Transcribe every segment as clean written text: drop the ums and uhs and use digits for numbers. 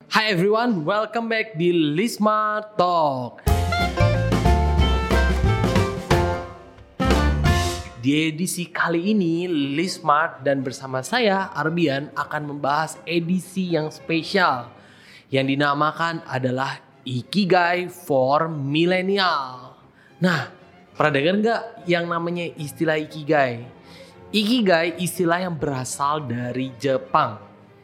Hi everyone, welcome back di Lisma Talk. Di edisi kali ini, Lismart dan bersama saya, Arbian, akan membahas edisi yang spesial yang dinamakan adalah Ikigai for Millennial. Nah, pernah dengar nggak yang namanya istilah Ikigai? Ikigai istilah yang berasal dari Jepang.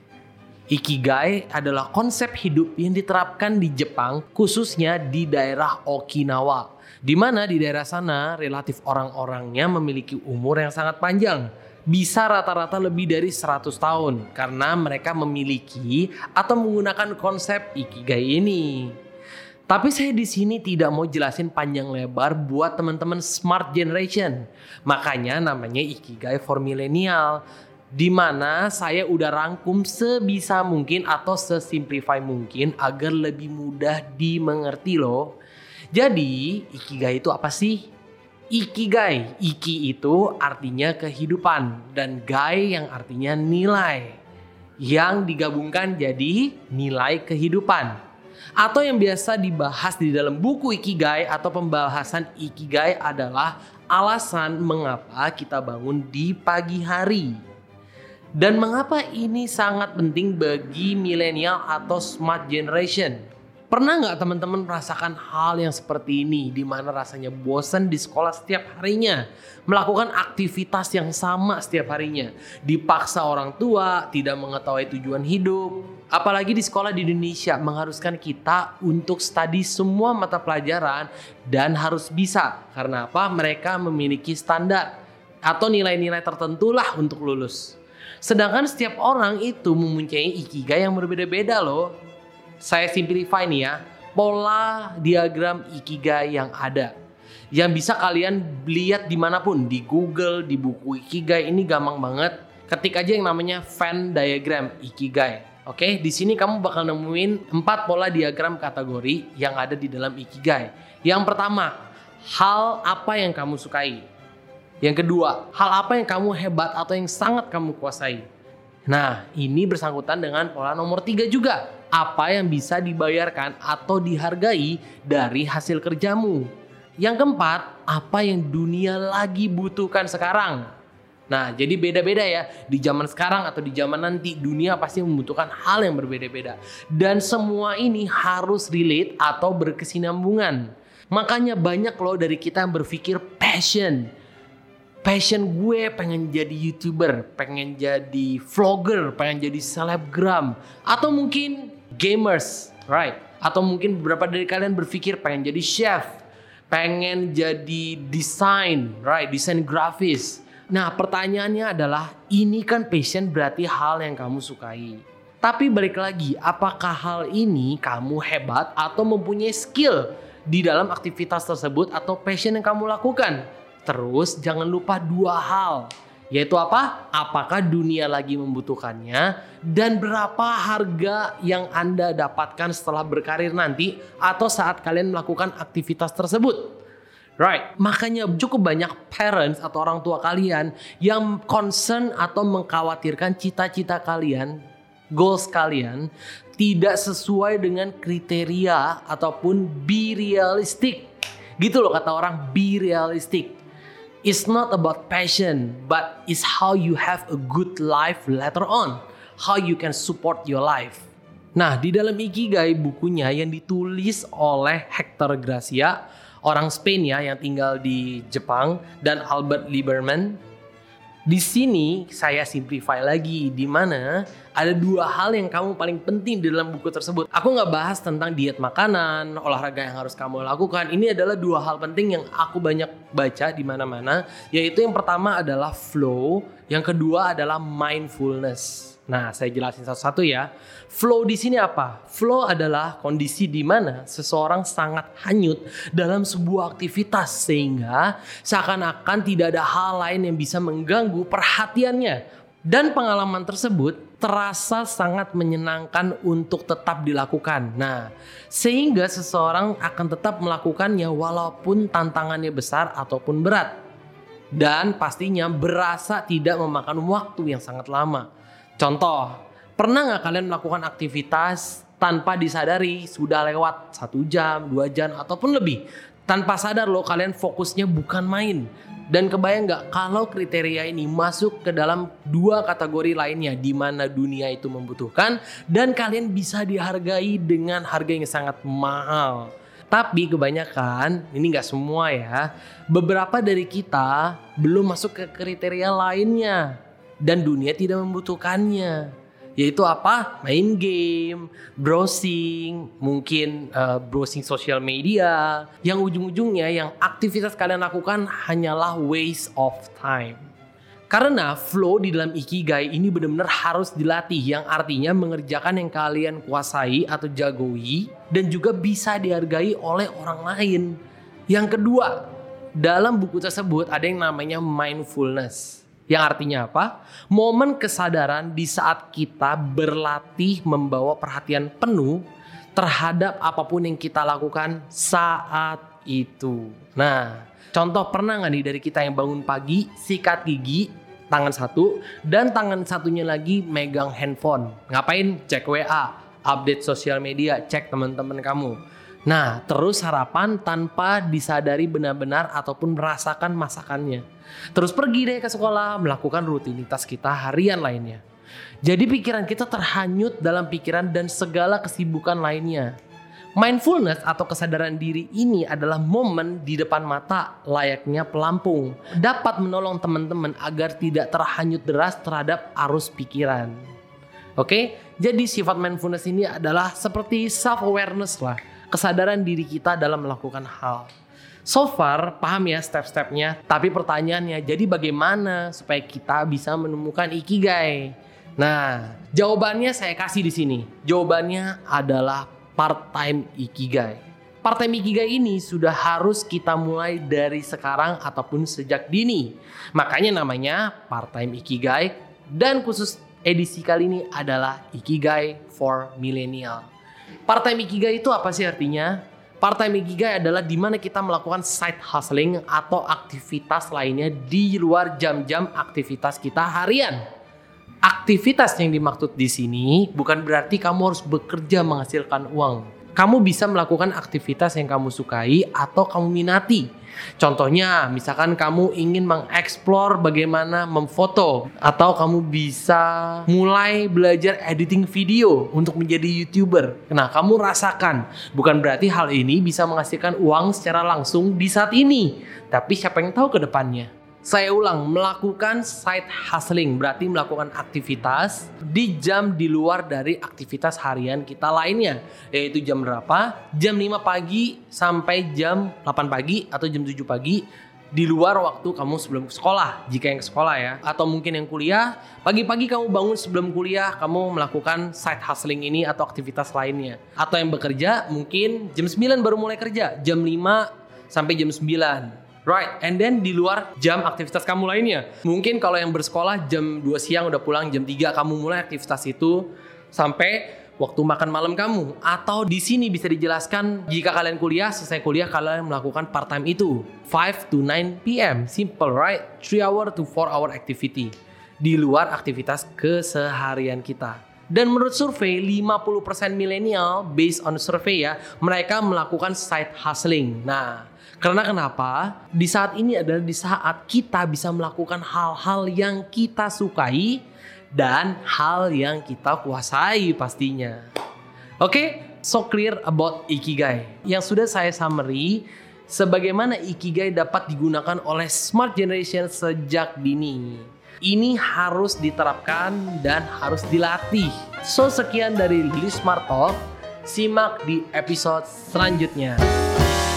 Ikigai adalah konsep hidup yang diterapkan di Jepang, khususnya di daerah Okinawa. Di mana di daerah sana relatif orang-orangnya memiliki umur yang sangat panjang. Bisa rata-rata lebih dari 100 tahun karena mereka memiliki atau menggunakan konsep Ikigai ini. Tapi saya di sini tidak mau jelasin panjang lebar buat teman-teman smart generation. Makanya namanya Ikigai for Millennial. Di mana saya udah rangkum sebisa mungkin atau sesimplify mungkin agar lebih mudah dimengerti loh. Jadi Ikigai itu apa sih? Ikigai, Iki itu artinya kehidupan dan Gai yang artinya nilai. Yang digabungkan jadi nilai kehidupan. Atau yang biasa dibahas di dalam buku Ikigai atau pembahasan Ikigai adalah alasan mengapa kita bangun di pagi hari. Dan mengapa ini sangat penting bagi milenial atau smart generation? Pernah nggak teman-teman merasakan hal yang seperti ini, di mana rasanya bosan di sekolah setiap harinya, melakukan aktivitas yang sama setiap harinya, dipaksa orang tua, tidak mengetahui tujuan hidup, apalagi di sekolah di Indonesia mengharuskan kita untuk study semua mata pelajaran dan harus bisa, karena apa? Mereka memiliki standar atau nilai-nilai tertentu lah untuk lulus. Sedangkan setiap orang itu mempunyai Ikigai yang berbeda-beda loh. Saya simplify nih ya, pola diagram Ikigai yang ada. Yang bisa kalian lihat dimanapun, di Google, di buku Ikigai, ini gampang banget. Ketik aja yang namanya Venn diagram Ikigai. Oke, di sini kamu bakal nemuin 4 pola diagram kategori yang ada di dalam Ikigai. Yang pertama, hal apa yang kamu sukai. Yang kedua, hal apa yang kamu hebat atau yang sangat kamu kuasai. Nah, ini bersangkutan dengan pola nomor 3 juga. Apa yang bisa dibayarkan atau dihargai dari hasil kerjamu. Yang keempat, apa yang dunia lagi butuhkan sekarang. Nah, jadi beda-beda ya. Di zaman sekarang atau di zaman nanti, dunia pasti membutuhkan hal yang berbeda-beda. Dan semua ini harus relate atau berkesinambungan. Makanya banyak loh dari kita yang berpikir passion gue pengen jadi YouTuber, pengen jadi vlogger, pengen jadi selebgram, atau mungkin gamers, right? Atau mungkin beberapa dari kalian berpikir pengen jadi chef, pengen jadi desain, right? Desain grafis. Nah, pertanyaannya adalah, ini kan passion berarti hal yang kamu sukai. Tapi balik lagi, apakah hal ini kamu hebat atau mempunyai skill di dalam aktivitas tersebut atau passion yang kamu lakukan? Terus jangan lupa 2 hal, yaitu apa? Apakah dunia lagi membutuhkannya dan berapa harga yang Anda dapatkan setelah berkarir nanti atau saat kalian melakukan aktivitas tersebut. Right, makanya cukup banyak parents atau orang tua kalian yang concern atau mengkhawatirkan cita-cita kalian, goals kalian tidak sesuai dengan kriteria ataupun be realistic. Gitu loh kata orang, be realistic. It's not about passion, but it's how you have a good life later on. How you can support your life. Nah, di dalam Ikigai bukunya yang ditulis oleh Hector Gracia, orang Spain ya yang tinggal di Jepang, dan Albert Lieberman. Di sini saya simplify lagi, di mana ada 2 hal yang kamu paling penting di dalam buku tersebut. Aku nggak bahas tentang diet makanan, olahraga yang harus kamu lakukan. Ini adalah 2 hal penting yang aku banyak baca di mana-mana, yaitu yang pertama adalah flow, yang kedua adalah mindfulness. Nah, saya jelasin satu-satu ya. Flow di sini apa? Flow adalah kondisi di mana seseorang sangat hanyut dalam sebuah aktivitas sehingga seakan-akan tidak ada hal lain yang bisa mengganggu perhatiannya. Dan pengalaman tersebut terasa sangat menyenangkan untuk tetap dilakukan. Nah, sehingga seseorang akan tetap melakukannya walaupun tantangannya besar ataupun berat. Dan pastinya berasa tidak memakan waktu yang sangat lama. Contoh, pernah nggak kalian melakukan aktivitas tanpa disadari sudah lewat 1 jam, 2 jam, ataupun lebih. Tanpa sadar loh kalian fokusnya bukan main. Dan kebayang gak kalau kriteria ini masuk ke dalam 2 kategori lainnya di mana dunia itu membutuhkan dan kalian bisa dihargai dengan harga yang sangat mahal. Tapi kebanyakan, ini gak semua ya, beberapa dari kita belum masuk ke kriteria lainnya dan dunia tidak membutuhkannya. Yaitu apa? Main game, browsing, mungkin browsing sosial media. Yang ujung-ujungnya yang aktivitas kalian lakukan hanyalah waste of time. Karena flow di dalam Ikigai ini benar-benar harus dilatih. Yang artinya mengerjakan yang kalian kuasai atau jagoi dan juga bisa dihargai oleh orang lain. Yang kedua, dalam buku tersebut ada yang namanya mindfulness. Yang artinya apa? Momen kesadaran di saat kita berlatih membawa perhatian penuh terhadap apapun yang kita lakukan saat itu. Nah, contoh pernah gak nih dari kita yang bangun pagi, sikat gigi, tangan satu, dan tangan satunya lagi megang handphone. Ngapain? Cek WA, update sosial media, cek teman-teman kamu. Nah, terus sarapan tanpa disadari benar-benar ataupun merasakan masakannya. Terus pergi deh ke sekolah, melakukan rutinitas kita harian lainnya. Jadi pikiran kita terhanyut dalam pikiran dan segala kesibukan lainnya. Mindfulness atau kesadaran diri ini adalah momen di depan mata layaknya pelampung. Dapat menolong teman-teman agar tidak terhanyut deras terhadap arus pikiran. Oke, jadi sifat mindfulness ini adalah seperti self-awareness lah. Kesadaran diri kita dalam melakukan hal. So far paham ya step-stepnya, tapi pertanyaannya jadi bagaimana supaya kita bisa menemukan Ikigai? Nah, jawabannya saya kasih di sini. Jawabannya adalah part-time Ikigai. Part-time Ikigai ini sudah harus kita mulai dari sekarang ataupun sejak dini. Makanya namanya part-time Ikigai dan khusus edisi kali ini adalah Ikigai for Millennial. Part-time Ikigai itu apa sih artinya? Part-time Ikigai adalah di mana kita melakukan side hustling atau aktivitas lainnya di luar jam-jam aktivitas kita harian. Aktivitas yang dimaksud di sini bukan berarti kamu harus bekerja menghasilkan uang. Kamu bisa melakukan aktivitas yang kamu sukai atau kamu minati. Contohnya, misalkan kamu ingin mengeksplor bagaimana memfoto, atau kamu bisa mulai belajar editing video untuk menjadi YouTuber. Nah, kamu rasakan, bukan berarti hal ini bisa menghasilkan uang secara langsung di saat ini, tapi siapa yang tahu ke depannya. Saya ulang, melakukan side hustling berarti melakukan aktivitas di jam di luar dari aktivitas harian kita lainnya. Yaitu jam berapa? Jam 5 pagi sampai jam 8 pagi atau jam 7 pagi di luar waktu kamu sebelum sekolah. Jika yang ke sekolah ya. Atau mungkin yang kuliah, pagi-pagi kamu bangun sebelum kuliah, kamu melakukan side hustling ini atau aktivitas lainnya. Atau yang bekerja mungkin jam 9 baru mulai kerja, jam 5 sampai jam 9. Right, and then di luar jam aktivitas kamu lainnya. Mungkin kalau yang bersekolah jam 2 siang udah pulang, jam 3 kamu mulai aktivitas itu sampai waktu makan malam kamu. Atau di sini bisa dijelaskan jika kalian kuliah, selesai kuliah kalian melakukan part time itu 5 to 9 PM. Simple, right? 3 hour to 4 hour activity di luar aktivitas keseharian kita. Dan menurut survei 50% milenial based on survey ya, mereka melakukan side hustling. Nah, karena kenapa? Di saat ini adalah di saat kita bisa melakukan hal-hal yang kita sukai dan hal yang kita kuasai pastinya. Oke, so clear about Ikigai. Yang sudah saya summary sebagaimana Ikigai dapat digunakan oleh smart generation sejak dini. Ini harus diterapkan dan harus dilatih. So sekian dari Li Smart Talk. Simak di episode selanjutnya.